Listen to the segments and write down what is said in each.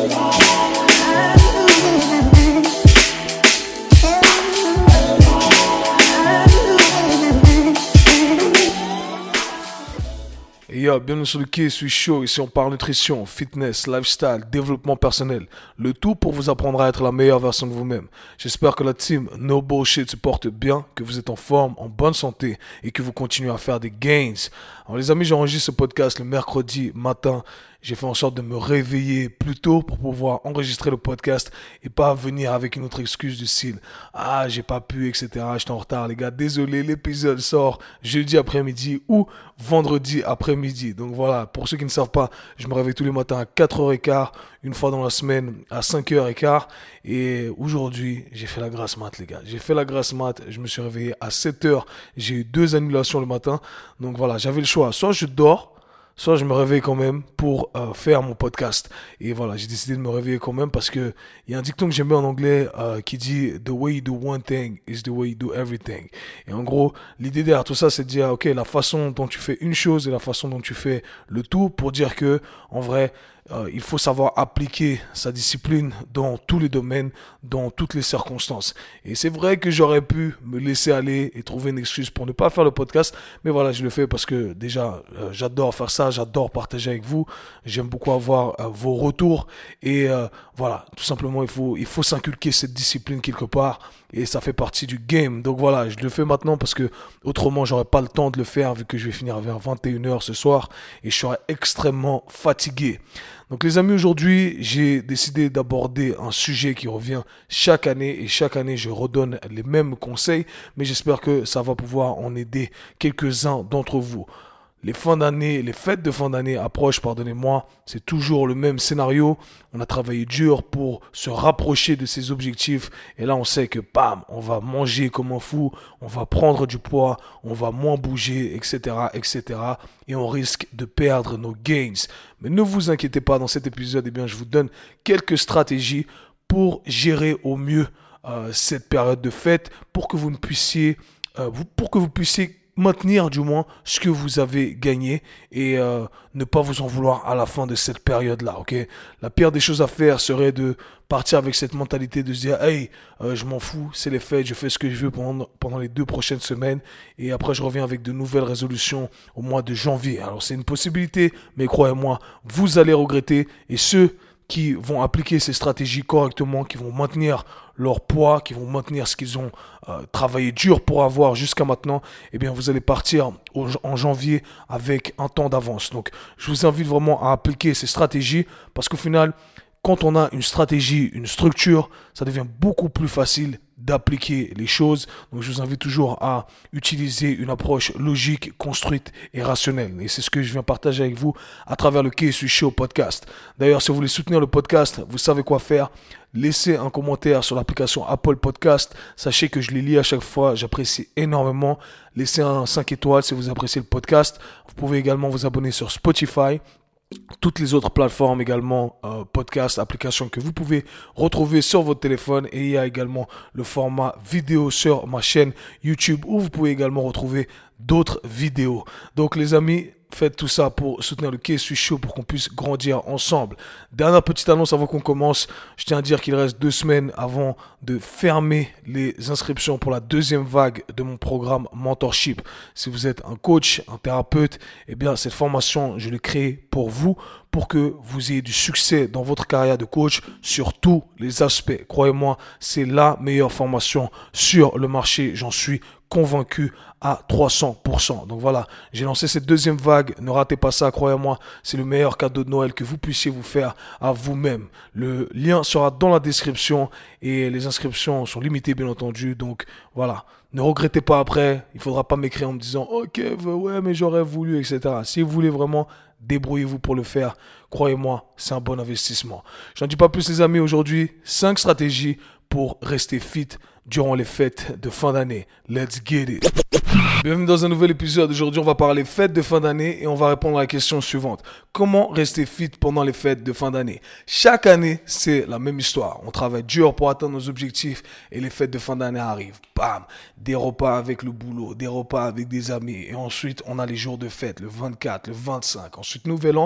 Et yo, bienvenue sur le quai, je suis chaud. Ici on parle nutrition, fitness, lifestyle, développement personnel. Le tout pour vous apprendre à être la meilleure version de vous-même. J'espère que la team No Bullshit se porte bien, que vous êtes en forme, en bonne santé et que vous continuez à faire des gains. Alors les amis, j'enregistre ce podcast le mercredi matin. J'ai fait en sorte de me réveiller plus tôt pour pouvoir enregistrer le podcast et pas venir avec une autre excuse du style « Ah, j'ai pas pu, etc. J'étais en retard, les gars. Désolé, l'épisode sort jeudi après-midi ou vendredi après-midi. » Donc voilà, pour ceux qui ne savent pas, je me réveille tous les matins à 4h15, une fois dans la semaine à 5h15. Et aujourd'hui, j'ai fait la grasse mat, les gars. J'ai fait la grasse mat, je me suis réveillé à 7h. J'ai eu 2 annulations le matin. Donc voilà, j'avais le choix. Soit je dors, soit je me réveille quand même pour faire mon podcast. Et voilà, j'ai décidé de me réveiller quand même parce que il y a un dicton que j'aime bien en anglais qui dit « The way you do one thing is the way you do everything ». Et en gros, l'idée derrière tout ça, c'est de dire « Ok, la façon dont tu fais une chose et la façon dont tu fais le tout » pour dire que, en vrai, il faut savoir appliquer sa discipline dans tous les domaines, dans toutes les circonstances. Et c'est vrai que j'aurais pu me laisser aller et trouver une excuse pour ne pas faire le podcast, mais voilà, je le fais parce que déjà, j'adore faire ça, j'adore partager avec vous, j'aime beaucoup avoir vos retours et voilà, tout simplement, il faut s'inculquer cette discipline quelque part et ça fait partie du game. Donc voilà, je le fais maintenant parce que autrement, j'aurais pas le temps de le faire vu que je vais finir vers 21h ce soir et je serai extrêmement fatigué. Donc les amis, aujourd'hui, j'ai décidé d'aborder un sujet qui revient chaque année et chaque année, je redonne les mêmes conseils, mais j'espère que ça va pouvoir en aider quelques-uns d'entre vous. Les fins d'année, les fêtes de fin d'année approchent, pardonnez-moi, c'est toujours le même scénario. On a travaillé dur pour se rapprocher de ses objectifs et là on sait que bam, on va manger comme un fou, on va prendre du poids, on va moins bouger, etc., etc. Et on risque de perdre nos gains. Mais ne vous inquiétez pas, dans cet épisode, eh bien, je vous donne quelques stratégies pour gérer au mieux cette période de fête, pour que vous puissiez maintenir du moins ce que vous avez gagné et ne pas vous en vouloir à la fin de cette période-là, ok? La pire des choses à faire serait de partir avec cette mentalité de se dire « Hey, je m'en fous, c'est les fêtes, je fais ce que je veux pendant les 2 prochaines semaines et après je reviens avec de nouvelles résolutions au mois de janvier. » Alors c'est une possibilité, mais croyez-moi, vous allez regretter et ceux qui vont appliquer ces stratégies correctement, qui vont maintenir leur poids, qui vont maintenir ce qu'ils ont travaillé dur pour avoir jusqu'à maintenant, eh bien vous allez partir en janvier avec un temps d'avance. Donc je vous invite vraiment à appliquer ces stratégies parce qu'au final, quand on a une stratégie, une structure, ça devient beaucoup plus facile d'appliquer les choses. Donc je vous invite toujours à utiliser une approche logique, construite et rationnelle. Et c'est ce que je viens partager avec vous à travers le KSU Show podcast. D'ailleurs, si vous voulez soutenir le podcast, vous savez quoi faire. Laissez un commentaire sur l'application Apple Podcast. Sachez que je les lis à chaque fois. J'apprécie énormément. Laissez un 5 étoiles si vous appréciez le podcast. Vous pouvez également vous abonner sur Spotify. Toutes les autres plateformes également, podcasts, applications que vous pouvez retrouver sur votre téléphone. Et il y a également le format vidéo sur ma chaîne YouTube où vous pouvez également retrouver d'autres vidéos. Donc les amis, faites tout ça pour soutenir le KSU Show pour qu'on puisse grandir ensemble. Dernière petite annonce avant qu'on commence. Je tiens à dire qu'il reste 2 semaines avant de fermer les inscriptions pour la 2e vague de mon programme Mentorship. Si vous êtes un coach, un thérapeute, eh bien cette formation, je l'ai créée pour vous, pour que vous ayez du succès dans votre carrière de coach sur tous les aspects. Croyez-moi, c'est la meilleure formation sur le marché. J'en suis convaincu à 300%. Donc voilà, j'ai lancé cette 2e vague. Ne ratez pas ça, croyez-moi, c'est le meilleur cadeau de Noël que vous puissiez vous faire à vous-même. Le lien sera dans la description et les inscriptions sont limitées, bien entendu. Donc voilà, ne regrettez pas après. Il ne faudra pas m'écrire en me disant « Ok, ouais, mais j'aurais voulu, etc. » Si vous voulez vraiment, débrouillez-vous pour le faire. Croyez-moi, c'est un bon investissement. Je n'en dis pas plus, les amis. Aujourd'hui, 5 stratégies pour rester fit durant les fêtes de fin d'année. Let's get it. Bienvenue dans un nouvel épisode. Aujourd'hui, on va parler fêtes de fin d'année et on va répondre à la question suivante. Comment rester fit pendant les fêtes de fin d'année? Chaque année, c'est la même histoire. On travaille dur pour atteindre nos objectifs et les fêtes de fin d'année arrivent. Bam! Des repas avec le boulot, des repas avec des amis et ensuite, on a les jours de fête, le 24, le 25. Ensuite, Nouvel An.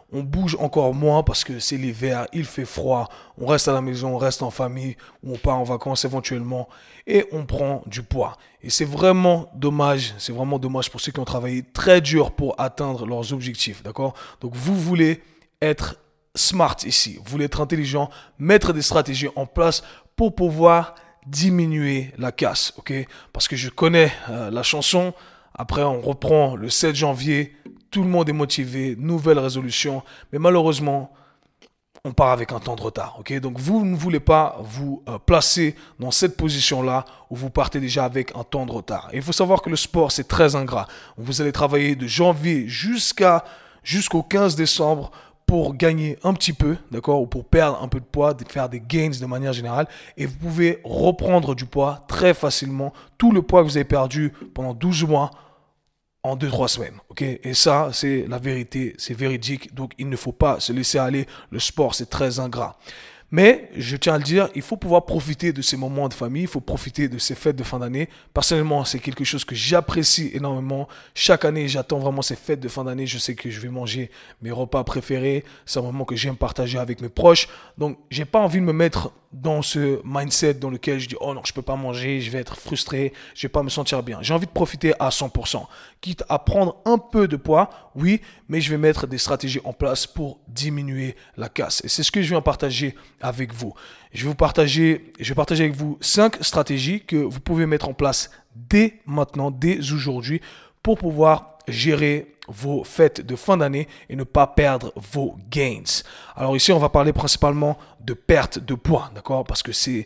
on bouge encore moins parce que c'est l'hiver, il fait froid, on reste à la maison, on reste en famille, ou on part en vacances éventuellement, et on prend du poids. Et c'est vraiment dommage pour ceux qui ont travaillé très dur pour atteindre leurs objectifs, d'accord? Donc vous voulez être smart ici, vous voulez être intelligent, mettre des stratégies en place pour pouvoir diminuer la casse, ok? Parce que je connais la chanson. Après, on reprend le 7 janvier, tout le monde est motivé, nouvelle résolution, mais malheureusement, on part avec un temps de retard, ok? Donc, vous ne voulez pas vous placer dans cette position-là où vous partez déjà avec un temps de retard. Et il faut savoir que le sport, c'est très ingrat. Vous allez travailler de janvier jusqu'au 15 décembre pour gagner un petit peu, d'accord, ou pour perdre un peu de poids, de faire des gains de manière générale, et vous pouvez reprendre du poids très facilement, tout le poids que vous avez perdu pendant 12 mois, en 2-3 semaines, ok? Et ça, c'est la vérité, c'est véridique, donc il ne faut pas se laisser aller, le sport, c'est très ingrat. Mais, je tiens à le dire, il faut pouvoir profiter de ces moments de famille, il faut profiter de ces fêtes de fin d'année. Personnellement, c'est quelque chose que j'apprécie énormément. Chaque année, j'attends vraiment ces fêtes de fin d'année. Je sais que je vais manger mes repas préférés. C'est un moment que j'aime partager avec mes proches. Donc, j'ai pas envie de me mettre dans ce mindset dans lequel je dis « Oh non, je peux pas manger, je vais être frustré, je vais pas me sentir bien. » J'ai envie de profiter à 100%. Quitte à prendre un peu de poids, oui, mais je vais mettre des stratégies en place pour diminuer la casse. Et c'est ce que je viens partager avec vous. Je vais partager avec vous 5 stratégies que vous pouvez mettre en place dès maintenant, dès aujourd'hui, pour pouvoir gérer vos fêtes de fin d'année et ne pas perdre vos gains. Alors ici, on va parler principalement de perte de poids, d'accord? Parce que c'est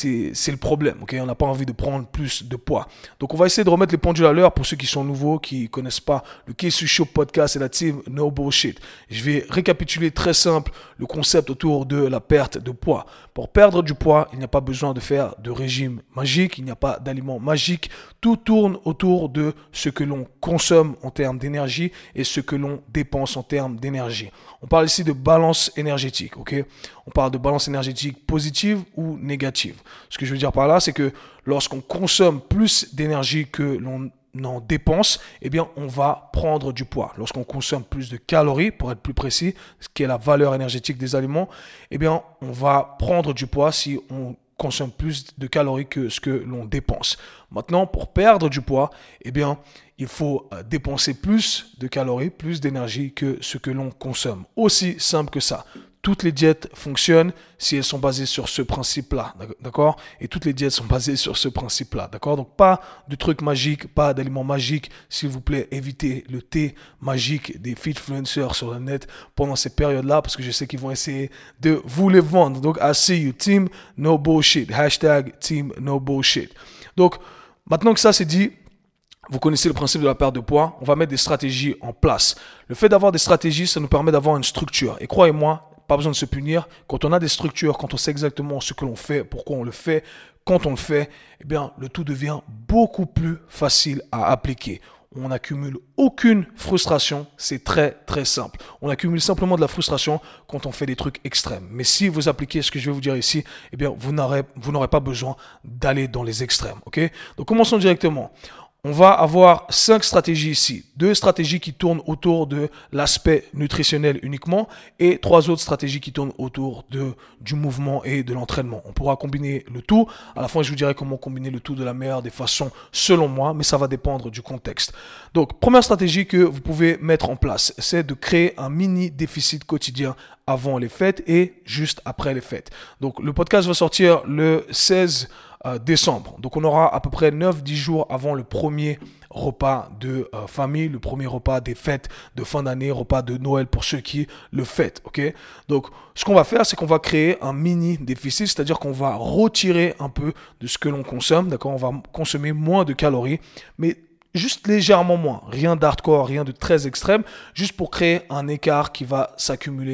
le problème, ok? On n'a pas envie de prendre plus de poids. Donc, on va essayer de remettre les pendules à l'heure pour ceux qui sont nouveaux, qui ne connaissent pas le KSU Show podcast et la team No Bullshit. Je vais récapituler très simple le concept autour de la perte de poids. Pour perdre du poids, il n'y a pas besoin de faire de régime magique, il n'y a pas d'aliments magiques. Tout tourne autour de ce que l'on consomme en termes d'énergie et ce que l'on dépense en termes d'énergie. On parle ici de balance énergétique, ok? On parle de balance énergétique positive ou négative. Ce que je veux dire par là, c'est que lorsqu'on consomme plus d'énergie que l'on en dépense, eh bien, on va prendre du poids. Lorsqu'on consomme plus de calories, pour être plus précis, ce qui est la valeur énergétique des aliments, eh bien, on va prendre du poids si on consomme plus de calories que ce que l'on dépense. Maintenant, pour perdre du poids, eh bien, il faut dépenser plus de calories, plus d'énergie que ce que l'on consomme. Aussi simple que ça. Toutes les diètes fonctionnent si elles sont basées sur ce principe-là, d'accord? Et toutes les diètes sont basées sur ce principe-là, d'accord? Donc, pas de trucs magiques, pas d'aliments magiques. S'il vous plaît, évitez le thé magique des fitfluencers sur le net pendant ces périodes-là, parce que je sais qu'ils vont essayer de vous les vendre. Donc, I see you. Team No Bullshit. Hashtag Team No Bullshit. Donc, maintenant que ça c'est dit, vous connaissez le principe de la perte de poids, on va mettre des stratégies en place. Le fait d'avoir des stratégies, ça nous permet d'avoir une structure. Et croyez-moi, pas besoin de se punir. Quand on a des structures, quand on sait exactement ce que l'on fait, pourquoi on le fait, quand on le fait, eh bien, le tout devient beaucoup plus facile à appliquer. On n'accumule aucune frustration, c'est très très simple. On accumule simplement de la frustration quand on fait des trucs extrêmes. Mais si vous appliquez ce que je vais vous dire ici, eh bien, vous n'aurez pas besoin d'aller dans les extrêmes. Ok? Donc commençons directement. On va avoir 5 stratégies ici. 2 stratégies qui tournent autour de l'aspect nutritionnel uniquement et 3 autres stratégies qui tournent autour du mouvement et de l'entraînement. On pourra combiner le tout. À la fin, je vous dirai comment combiner le tout de la meilleure des façons selon moi, mais ça va dépendre du contexte. Donc, première stratégie que vous pouvez mettre en place, c'est de créer un mini déficit quotidien avant les fêtes et juste après les fêtes. Donc, le podcast va sortir le 16 décembre. Donc, on aura à peu près 9-10 jours avant le premier repas de famille, le premier repas des fêtes de fin d'année, repas de Noël pour ceux qui le fêtent. Ok? Donc, ce qu'on va faire, c'est qu'on va créer un mini déficit, c'est-à-dire qu'on va retirer un peu de ce que l'on consomme. D'accord? On va consommer moins de calories, mais juste légèrement moins, rien d'hardcore, rien de très extrême, juste pour créer un écart qui va s'accumuler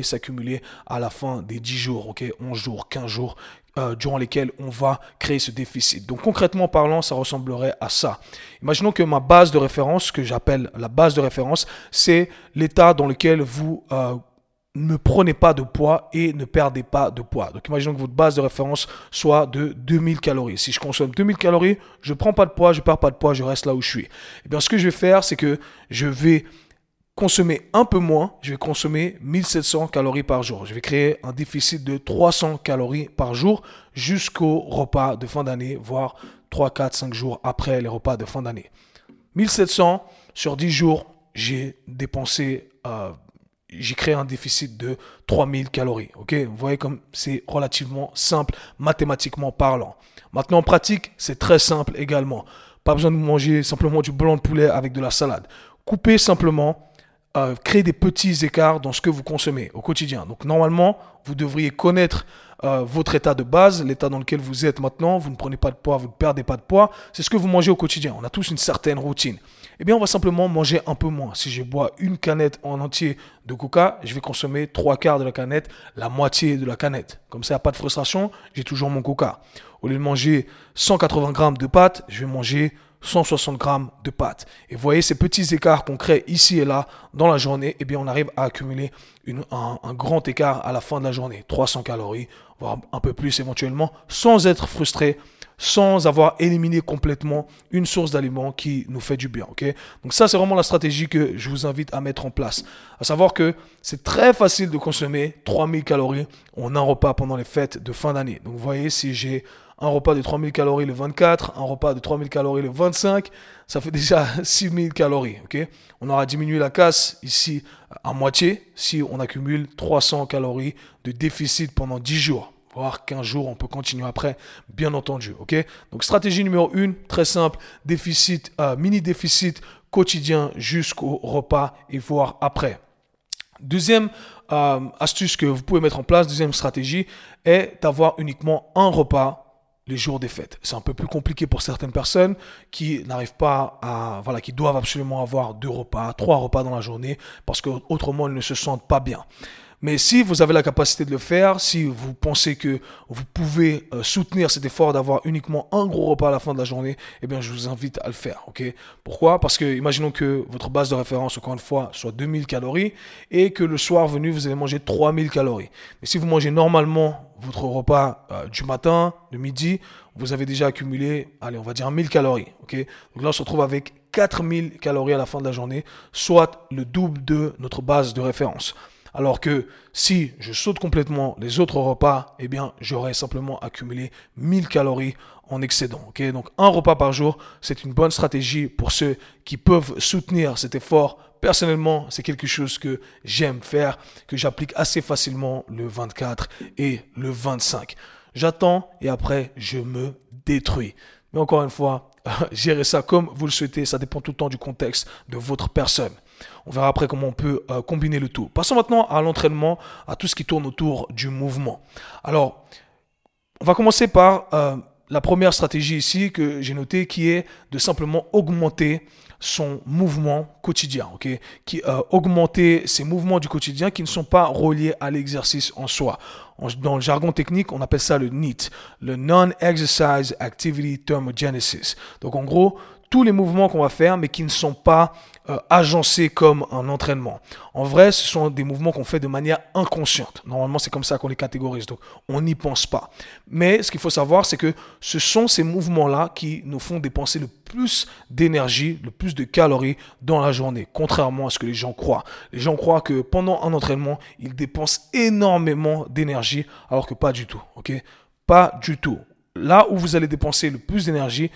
à la fin des 10 jours, ok, 11 jours, 15 jours, durant lesquels on va créer ce déficit. Donc concrètement parlant, ça ressemblerait à ça. Imaginons que ma base de référence, que j'appelle la base de référence, c'est l'état dans lequel vous ne prenez pas de poids et ne perdez pas de poids. Donc, imaginons que votre base de référence soit de 2000 calories. Si je consomme 2000 calories, je ne prends pas de poids, je ne perds pas de poids, je reste là où je suis. Eh bien, ce que je vais faire, c'est que je vais consommer un peu moins, je vais consommer 1700 calories par jour. Je vais créer un déficit de 300 calories par jour jusqu'au repas de fin d'année, voire 3, 4, 5 jours après les repas de fin d'année. 1700 sur 10 jours, j'ai créé un déficit de 3000 calories. Ok, vous voyez comme c'est relativement simple mathématiquement parlant. Maintenant en pratique, c'est très simple également. Pas besoin de manger simplement du blanc de poulet avec de la salade. Coupez simplement, créez des petits écarts dans ce que vous consommez au quotidien. Donc normalement, vous devriez connaître votre état de base, l'état dans lequel vous êtes maintenant. Vous ne prenez pas de poids, vous ne perdez pas de poids. C'est ce que vous mangez au quotidien. On a tous une certaine routine. Eh bien, on va simplement manger un peu moins. Si je bois une canette en entier de coca, je vais consommer 3/4 de la canette, la moitié de la canette. Comme ça, il n'y a pas de frustration, j'ai toujours mon coca. Au lieu de manger 180 grammes de pâtes, je vais manger 160 grammes de pâtes. Et vous voyez ces petits écarts qu'on crée ici et là dans la journée, eh bien on arrive à accumuler un grand écart à la fin de la journée. 300 calories, voire un peu plus éventuellement, sans être frustré, sans avoir éliminé complètement une source d'aliments qui nous fait du bien. Okay. Donc ça, c'est vraiment la stratégie que je vous invite à mettre en place. À savoir que c'est très facile de consommer 3000 calories en un repas pendant les fêtes de fin d'année. Donc vous voyez, si j'ai un repas de 3000 calories le 24, un repas de 3000 calories le 25, ça fait déjà 6000 calories. Okay. On aura diminué la casse ici à moitié si on accumule 300 calories de déficit pendant 10 jours. Voire 15 jours, on peut continuer après, bien entendu. Okay. Donc stratégie numéro 1, très simple, mini déficit quotidien jusqu'au repas et voire après. Deuxième astuce que vous pouvez mettre en place, deuxième stratégie, est d'avoir uniquement un repas les jours des fêtes. C'est un peu plus compliqué pour certaines personnes qui n'arrivent pas qui doivent absolument avoir 2 repas, 3 repas dans la journée parce qu'autrement ils ne se sentent pas bien. Mais si vous avez la capacité de le faire, si vous pensez que vous pouvez soutenir cet effort d'avoir uniquement un gros repas à la fin de la journée, eh bien, je vous invite à le faire. Okay. Pourquoi ? Parce que imaginons que votre base de référence, encore une fois, soit 2000 calories et que le soir venu, vous allez manger 3000 calories. Mais si vous mangez normalement votre repas du matin, de midi, vous avez déjà accumulé, on va dire 1000 calories. Okay. Donc là, on se retrouve avec 4000 calories à la fin de la journée, soit le double de notre base de référence. Alors que si je saute complètement les autres repas, eh bien, j'aurais simplement accumulé 1000 calories en excédent. Okay. Donc, un repas par jour, c'est une bonne stratégie pour ceux qui peuvent soutenir cet effort. Personnellement, c'est quelque chose que j'aime faire, que j'applique assez facilement le 24 et le 25. J'attends et après, je me détruis. Mais encore une fois, gérez ça comme vous le souhaitez. Ça dépend tout le temps du contexte de votre personne. On verra après comment on peut combiner le tout. Passons maintenant à l'entraînement, à tout ce qui tourne autour du mouvement. Alors, on va commencer par la première stratégie ici que j'ai notée qui est de simplement augmenter son mouvement quotidien. Okay? Augmenter ses mouvements du quotidien qui ne sont pas reliés à l'exercice en soi. Dans le jargon technique, on appelle ça le NEAT, le Non-Exercise Activity Thermogenesis. Donc en gros, tous les mouvements qu'on va faire, mais qui ne sont pas agencés comme un entraînement. En vrai, ce sont des mouvements qu'on fait de manière inconsciente. Normalement, c'est comme ça qu'on les catégorise. Donc, on n'y pense pas. Mais ce qu'il faut savoir, c'est que ce sont ces mouvements-là qui nous font dépenser le plus d'énergie, le plus de calories dans la journée, contrairement à ce que les gens croient. Les gens croient que pendant un entraînement, ils dépensent énormément d'énergie, alors que pas du tout. Okay? Pas du tout. Là où vous allez dépenser le plus d'énergie,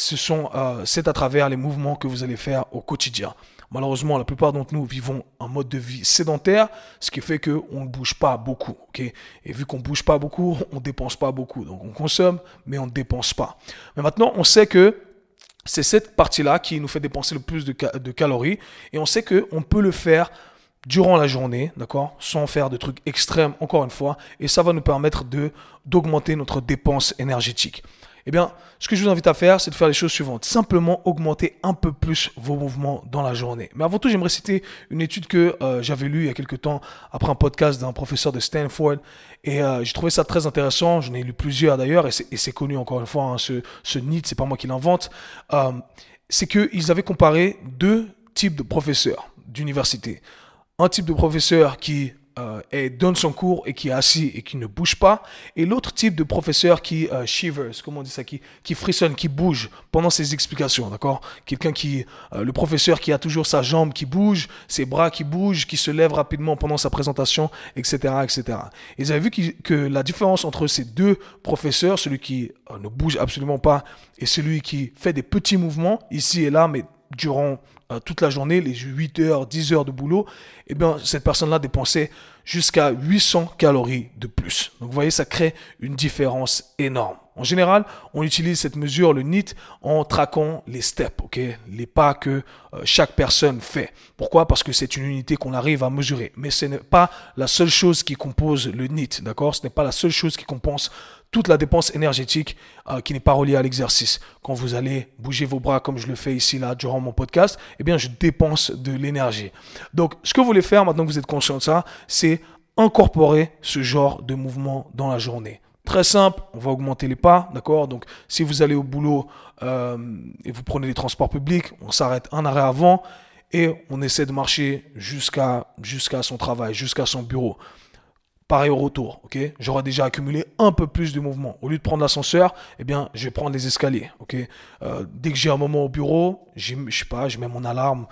c'est à travers les mouvements que vous allez faire au quotidien. Malheureusement, la plupart d'entre nous vivons un mode de vie sédentaire, ce qui fait qu'on ne bouge pas beaucoup. Okay. Et vu qu'on ne bouge pas beaucoup, on ne dépense pas beaucoup. Donc on consomme, mais on ne dépense pas. Mais maintenant, on sait que c'est cette partie-là qui nous fait dépenser le plus de calories. Et on sait qu'on peut le faire durant la journée, d'accord, sans faire de trucs extrêmes, encore une fois. Et ça va nous permettre d'augmenter notre dépense énergétique. Eh bien, ce que je vous invite à faire, c'est de faire les choses suivantes. Simplement augmenter un peu plus vos mouvements dans la journée. Mais avant tout, j'aimerais citer une étude que j'avais lue il y a quelques temps après un podcast d'un professeur de Stanford. Et j'ai trouvé ça très intéressant. J'en ai lu plusieurs d'ailleurs. Et c'est connu encore une fois, hein, ce NEAT, c'est pas moi qui l'invente. C'est qu'ils avaient comparé 2 types de professeurs d'université. Un type de professeur qui donne son cours et qui est assis et qui ne bouge pas, et l'autre type de professeur qui shivers, comment on dit ça, qui frissonne, qui bouge pendant ses explications, d'accord? Quelqu'un le professeur qui a toujours sa jambe qui bouge, ses bras qui bougent, qui se lève rapidement pendant sa présentation, etc., etc. Et vous avez vu que la différence entre ces deux professeurs, celui qui ne bouge absolument pas et celui qui fait des petits mouvements ici et là, mais durant toute la journée, les 8 heures, 10 heures de boulot, eh bien, cette personne-là dépensait jusqu'à 800 calories de plus. Donc, vous voyez, ça crée une différence énorme. En général, on utilise cette mesure, le NEAT, en traquant les steps, les pas que chaque personne fait. Pourquoi? Parce que c'est une unité qu'on arrive à mesurer. Mais ce n'est pas la seule chose qui compose le NEAT, d'accord? Ce n'est pas la seule chose qui compense toute la dépense énergétique qui n'est pas reliée à l'exercice. Quand vous allez bouger vos bras comme je le fais ici là durant mon podcast, eh bien je dépense de l'énergie. Donc ce que vous voulez faire maintenant que vous êtes conscient de ça, c'est incorporer ce genre de mouvement dans la journée. Très simple, on va augmenter les pas, d'accord? Donc si vous allez au boulot et vous prenez les transports publics, on s'arrête un arrêt avant et on essaie de marcher jusqu'à son travail, jusqu'à son bureau. Pareil au retour, J'aurai déjà accumulé un peu plus de mouvement. Au lieu de prendre l'ascenseur, eh bien, je vais prendre les escaliers, dès que j'ai un moment au bureau, je mets mon alarme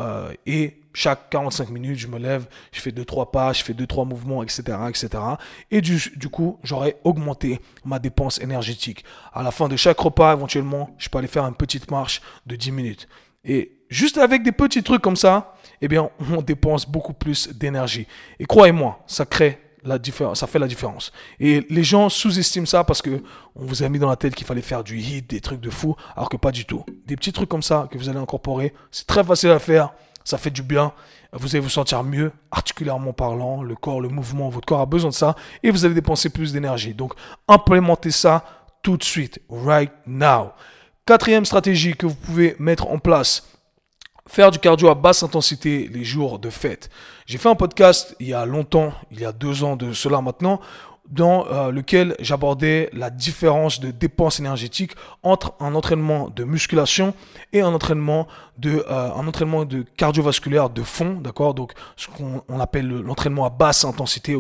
et chaque 45 minutes, je me lève, je fais 2-3 pas, je fais 2-3 mouvements, etc., etc. Et du coup, j'aurai augmenté ma dépense énergétique. À la fin de chaque repas, éventuellement, je peux aller faire une petite marche de 10 minutes. Et juste avec des petits trucs comme ça, eh bien, on dépense beaucoup plus d'énergie. Et croyez-moi, ça fait la différence. Et les gens sous-estiment ça parce que on vous a mis dans la tête qu'il fallait faire du HIIT, des trucs de fou, alors que pas du tout. Des petits trucs comme ça que vous allez incorporer, c'est très facile à faire, ça fait du bien, vous allez vous sentir mieux, articulairement parlant, le corps, le mouvement, votre corps a besoin de ça, et vous allez dépenser plus d'énergie. Donc, implémentez ça tout de suite, right now. 4e stratégie que vous pouvez mettre en place, faire du cardio à basse intensité les jours de fête. J'ai fait un podcast il y a longtemps, il y a 2 ans de cela maintenant, dans lequel j'abordais la différence de dépense énergétique entre un entraînement de musculation et un entraînement de cardiovasculaire de fond, d'accord? Donc ce qu'on appelle l'entraînement à basse intensité,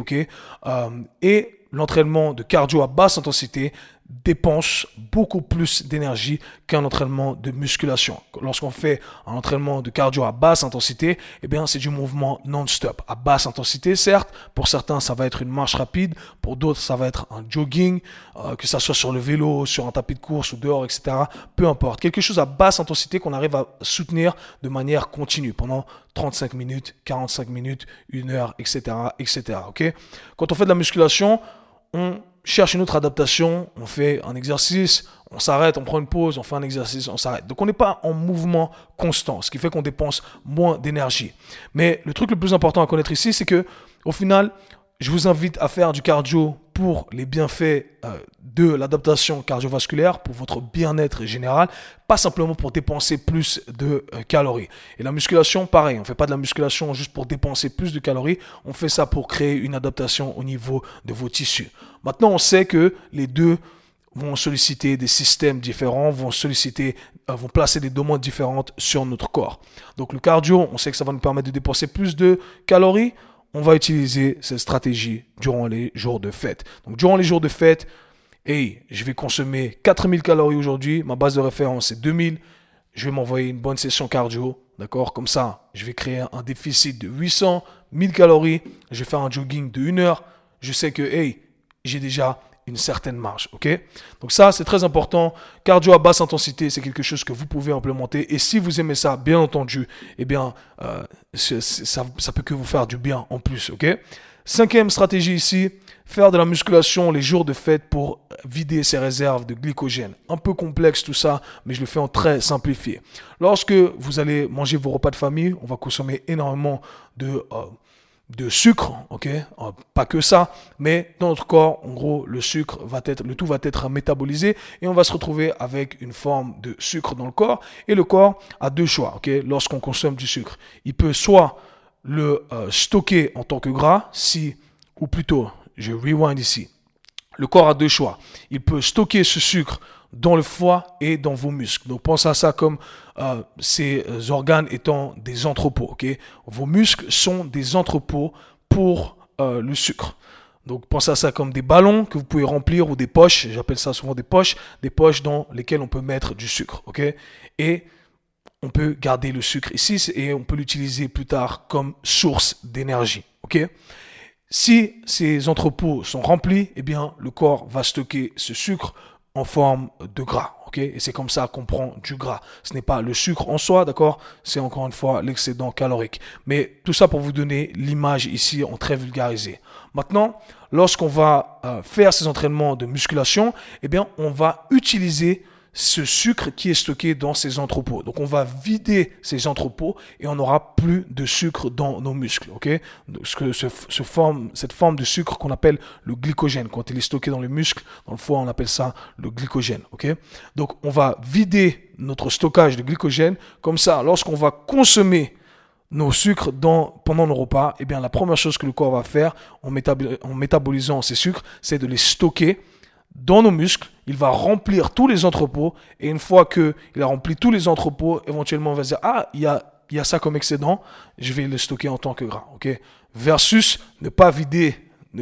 et l'entraînement de cardio à basse intensité dépense beaucoup plus d'énergie qu'un entraînement de musculation. Lorsqu'on fait un entraînement de cardio à basse intensité, eh bien, c'est du mouvement non-stop. À basse intensité, certes, pour certains, ça va être une marche rapide, pour d'autres, ça va être un jogging, que ça soit sur le vélo, sur un tapis de course ou dehors, etc. Peu importe. Quelque chose à basse intensité qu'on arrive à soutenir de manière continue pendant 35 minutes, 45 minutes, 1 heure, etc., etc. Quand on fait de la musculation, on cherche une autre adaptation, on fait un exercice, on s'arrête, on prend une pause, on fait un exercice, on s'arrête. Donc on n'est pas en mouvement constant, ce qui fait qu'on dépense moins d'énergie. Mais le truc le plus important à connaître ici, c'est que au final, je vous invite à faire du cardio pour les bienfaits de l'adaptation cardiovasculaire, pour votre bien-être général, pas simplement pour dépenser plus de calories. Et la musculation, pareil, on ne fait pas de la musculation juste pour dépenser plus de calories, on fait ça pour créer une adaptation au niveau de vos tissus. Maintenant, on sait que les deux vont solliciter des systèmes différents, vont placer des demandes différentes sur notre corps. Donc le cardio, on sait que ça va nous permettre de dépenser plus de calories. On va utiliser cette stratégie durant les jours de fête. Donc, durant les jours de fête, je vais consommer 4000 calories aujourd'hui. Ma base de référence, c'est 2000. Je vais m'envoyer une bonne session cardio. D'accord? Comme ça, je vais créer un déficit de 800, 1000 calories. Je vais faire un jogging de 1 heure. Je sais que, j'ai déjà une certaine marge, Donc ça, c'est très important. Cardio à basse intensité, c'est quelque chose que vous pouvez implémenter. Et si vous aimez ça, bien entendu, ça peut que vous faire du bien en plus, 5e stratégie ici, faire de la musculation les jours de fête pour vider ses réserves de glycogène. Un peu complexe tout ça, mais je le fais en très simplifié. Lorsque vous allez manger vos repas de famille, on va consommer énormément de sucre, pas que ça, mais dans notre corps, en gros, le tout va être métabolisé et on va se retrouver avec une forme de sucre dans le corps. Et le corps a 2 choix, lorsqu'on consomme du sucre. Il peut soit le stocker en tant que gras, ou plutôt, je rewind ici. Le corps a 2 choix. Il peut stocker ce sucre dans le foie et dans vos muscles. Donc, pensez à ça comme ces organes étant des entrepôts. Vos muscles sont des entrepôts pour le sucre. Donc pensez à ça comme des ballons que vous pouvez remplir ou des poches, j'appelle ça souvent des poches dans lesquelles on peut mettre du sucre, ok? Et on peut garder le sucre ici et on peut l'utiliser plus tard comme source d'énergie, ok? Si ces entrepôts sont remplis, eh bien le corps va stocker ce sucre en forme de gras, ok? Et c'est comme ça qu'on prend du gras. Ce n'est pas le sucre en soi, d'accord? C'est encore une fois l'excédent calorique. Mais tout ça pour vous donner l'image ici en très vulgarisé. Maintenant, lorsqu'on va faire ces entraînements de musculation, eh bien on va utiliser ce sucre qui est stocké dans ces entrepôts. Donc on va vider ces entrepôts et on n'aura plus de sucre dans nos muscles, ok? Donc, cette forme de sucre qu'on appelle le glycogène. Quand il est stocké dans les muscles, dans le foie, on appelle ça le glycogène, ok? Donc on va vider notre stockage de glycogène. Comme ça, lorsqu'on va consommer nos sucres pendant nos repas, eh bien la première chose que le corps va faire en métabolisant ces sucres, c'est de les stocker dans nos muscles. Il va remplir tous les entrepôts et une fois qu'il a rempli tous les entrepôts, éventuellement on va se dire il y a ça comme excédent, je vais le stocker en tant que gras, ok? Versus ne pas vider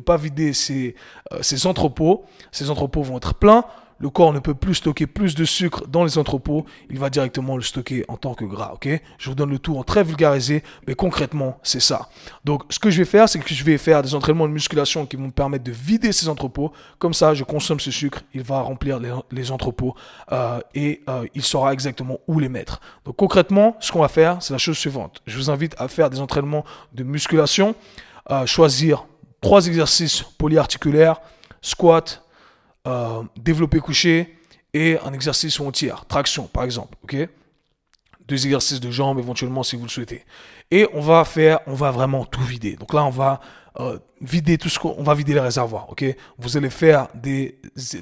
ces entrepôts. Ces entrepôts vont être pleins. Le corps ne peut plus stocker plus de sucre dans les entrepôts. Il va directement le stocker en tant que gras, ok? Je vous donne le tout en très vulgarisé, mais concrètement, c'est ça. Donc, ce que je vais faire, c'est que je vais faire des entraînements de musculation qui vont me permettre de vider ces entrepôts. Comme ça, je consomme ce sucre, il va remplir les entrepôts et il saura exactement où les mettre. Donc, concrètement, ce qu'on va faire, c'est la chose suivante. Je vous invite à faire des entraînements de musculation, choisir 3 exercices polyarticulaires, squat, développé couché et un exercice où on tire, traction par exemple, ok? 2 exercices de jambes éventuellement si vous le souhaitez. Et on va vraiment tout vider. Donc là on va vider on va vider les réservoirs, ok? Vous allez faire des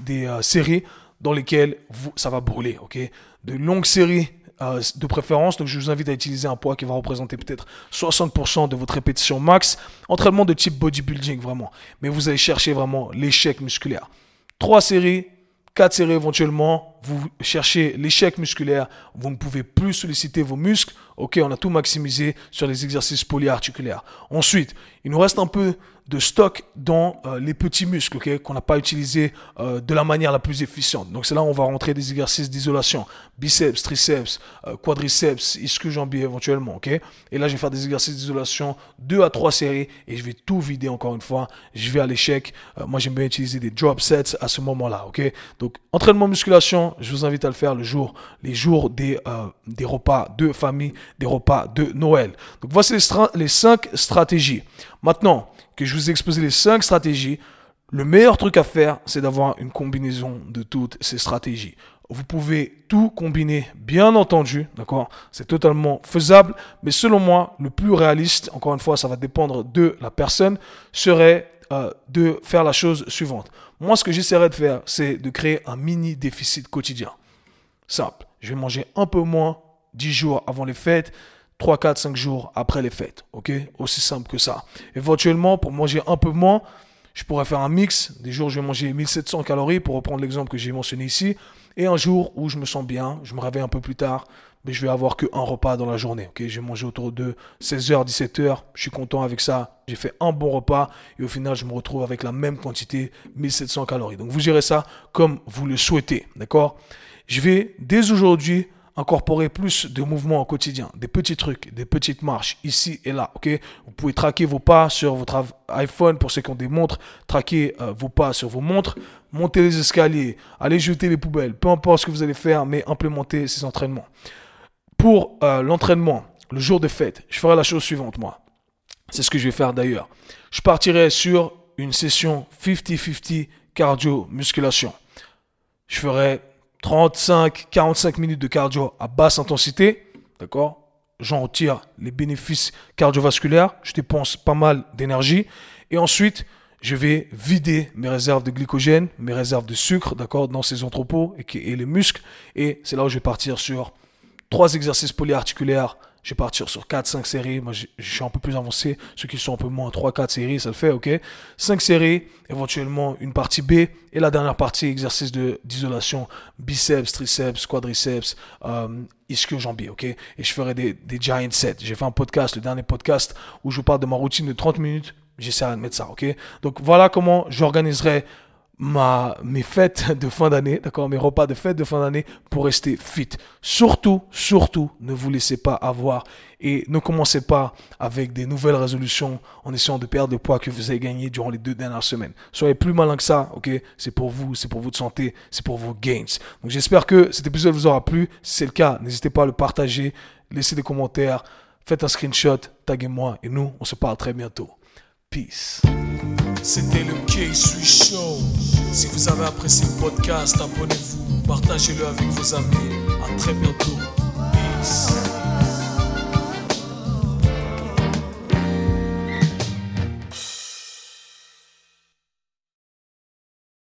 séries dans lesquelles ça va brûler, ok? De longues séries de préférence, donc je vous invite à utiliser un poids qui va représenter peut-être 60% de votre répétition max, entraînement de type bodybuilding vraiment, mais vous allez chercher vraiment l'échec musculaire. 3 séries, 4 séries éventuellement, vous cherchez l'échec musculaire, vous ne pouvez plus solliciter vos muscles, ok, on a tout maximisé sur les exercices polyarticulaires. Ensuite, il nous reste un peu de stock dans les petits muscles, ok, qu'on n'a pas utilisé de la manière la plus efficiente. Donc c'est là où on va rentrer des exercices d'isolation, biceps, triceps, quadriceps, ischio-jambier éventuellement, ok. Et là je vais faire des exercices d'isolation 2 à 3 séries et je vais tout vider encore une fois. Je vais à l'échec. Moi j'aime bien utiliser des drop sets à ce moment-là, ok. Donc entraînement musculation, je vous invite à le faire les jours des repas de famille, des repas de Noël. Donc voici les 5 stratégies. Maintenant que je vous ai exposé les 5 stratégies, le meilleur truc à faire, c'est d'avoir une combinaison de toutes ces stratégies. Vous pouvez tout combiner, bien entendu, d'accord? C'est totalement faisable, mais selon moi, le plus réaliste, encore une fois, ça va dépendre de la personne, serait de faire la chose suivante. Moi, ce que j'essaierai de faire, c'est de créer un mini déficit quotidien. Simple. Je vais manger un peu moins 10 jours avant les fêtes, 3, 4, 5 jours après les fêtes, ok? Aussi simple que ça. Éventuellement, pour manger un peu moins, je pourrais faire un mix. Des jours, je vais manger 1700 calories, pour reprendre l'exemple que j'ai mentionné ici. Et un jour où je me sens bien, je me réveille un peu plus tard, mais je vais avoir qu'un repas dans la journée, ok? Je vais manger autour de 16h, 17h. Je suis content avec ça. J'ai fait un bon repas et au final, je me retrouve avec la même quantité, 1700 calories. Donc, vous gérez ça comme vous le souhaitez, d'accord? Je vais, dès aujourd'hui, incorporer plus de mouvements au quotidien, des petits trucs, des petites marches ici et là, ok? Vous pouvez traquer vos pas sur votre iPhone pour ceux qui ont des montres, traquer vos pas sur vos montres, monter les escaliers, aller jeter les poubelles, peu importe ce que vous allez faire, mais implémenter ces entraînements. Pour l'entraînement, le jour de fête, je ferai la chose suivante, moi. C'est ce que je vais faire d'ailleurs. Je partirai sur une session 50-50 cardio-musculation. Je ferai 35-45 minutes de cardio à basse intensité, d'accord? J'en retire les bénéfices cardiovasculaires, je dépense pas mal d'énergie et ensuite je vais vider mes réserves de glycogène, mes réserves de sucre, d'accord, dans ces entrepôts et les muscles et c'est là où je vais partir sur 3 exercices polyarticulaires. Je vais partir sur 4-5 séries. Moi, je suis un peu plus avancé. Ceux qui sont un peu moins, 3-4 séries, ça le fait, ok? 5 séries, éventuellement une partie B. Et la dernière partie, exercice d'isolation, biceps, triceps, quadriceps, ischio-jambier, ok? Et je ferai des giant sets. J'ai fait un podcast, le dernier podcast, où je vous parle de ma routine de 30 minutes J'essaierai de mettre ça, ok? Donc voilà comment j'organiserai mes fêtes de fin d'année, d'accord, mes repas de fête de fin d'année pour rester fit. Surtout, ne vous laissez pas avoir et ne commencez pas avec des nouvelles résolutions en essayant de perdre le poids que vous avez gagné durant les 2 dernières semaines. Soyez plus malin que ça, ok? C'est pour vous, c'est pour votre santé, c'est pour vos gains. Donc j'espère que cet épisode vous aura plu. Si c'est le cas, n'hésitez pas à le partager, laissez des commentaires, faites un screenshot, taguez-moi et nous, on se parle très bientôt. Peace. C'était le K-Swiss Show. Si vous avez apprécié le podcast, abonnez-vous, partagez-le avec vos amis. À très bientôt. Peace.